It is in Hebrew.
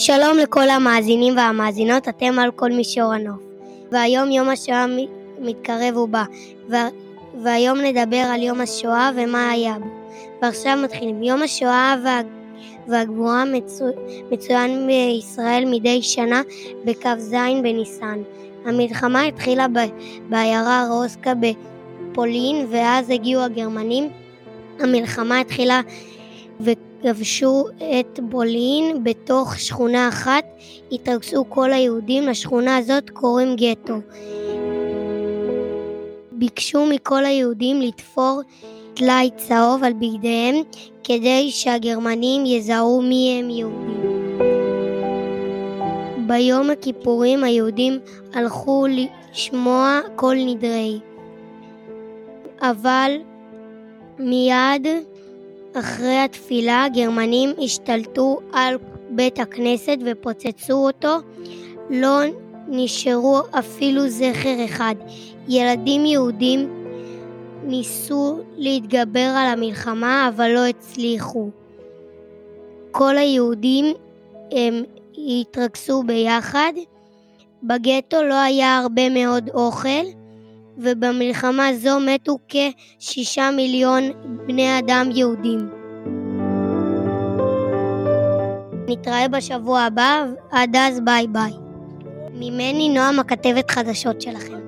שלום לכל המאזינים והמאזינות, אתם על כל מישור הנוף. והיום יום השואה מתקרב ובא, והיום נדבר על יום השואה ומה היה בו. ועכשיו מתחילים. יום השואה והגבורה מצוין בישראל מדי שנה בכ"ז בניסן. המלחמה התחילה בעיירה רוסקה בפולין, ואז הגיעו הגרמנים. המלחמה התחילה וכבשו את פולין. בתוך שכונה אחת התרכזו כל היהודים. לשכונה הזאת קוראים גטו. ביקשו מכל היהודים לתפור טלאי צהוב על בגדיהם כדי שהגרמנים יזהו מי הם יהודים. ביום הכיפורים היהודים הלכו לשמוע קול נדרי, אבל מיד אחרי התפילה הגרמנים השתלטו על בית הכנסת ופוצצו אותו. לא נשארו אפילו זכר אחד. ילדים יהודים ניסו להתגבר על המלחמה אבל לא הצליחו. כל היהודים התרכזו ביחד. בגטו לא היה הרבה מאוד אוכל, ובמלחמה זו מתו כ6 מיליון בני אדם יהודים. נתראה בשבוע הבא, עד אז ביי ביי. ממני נועם, הכתבת חדשות שלכם.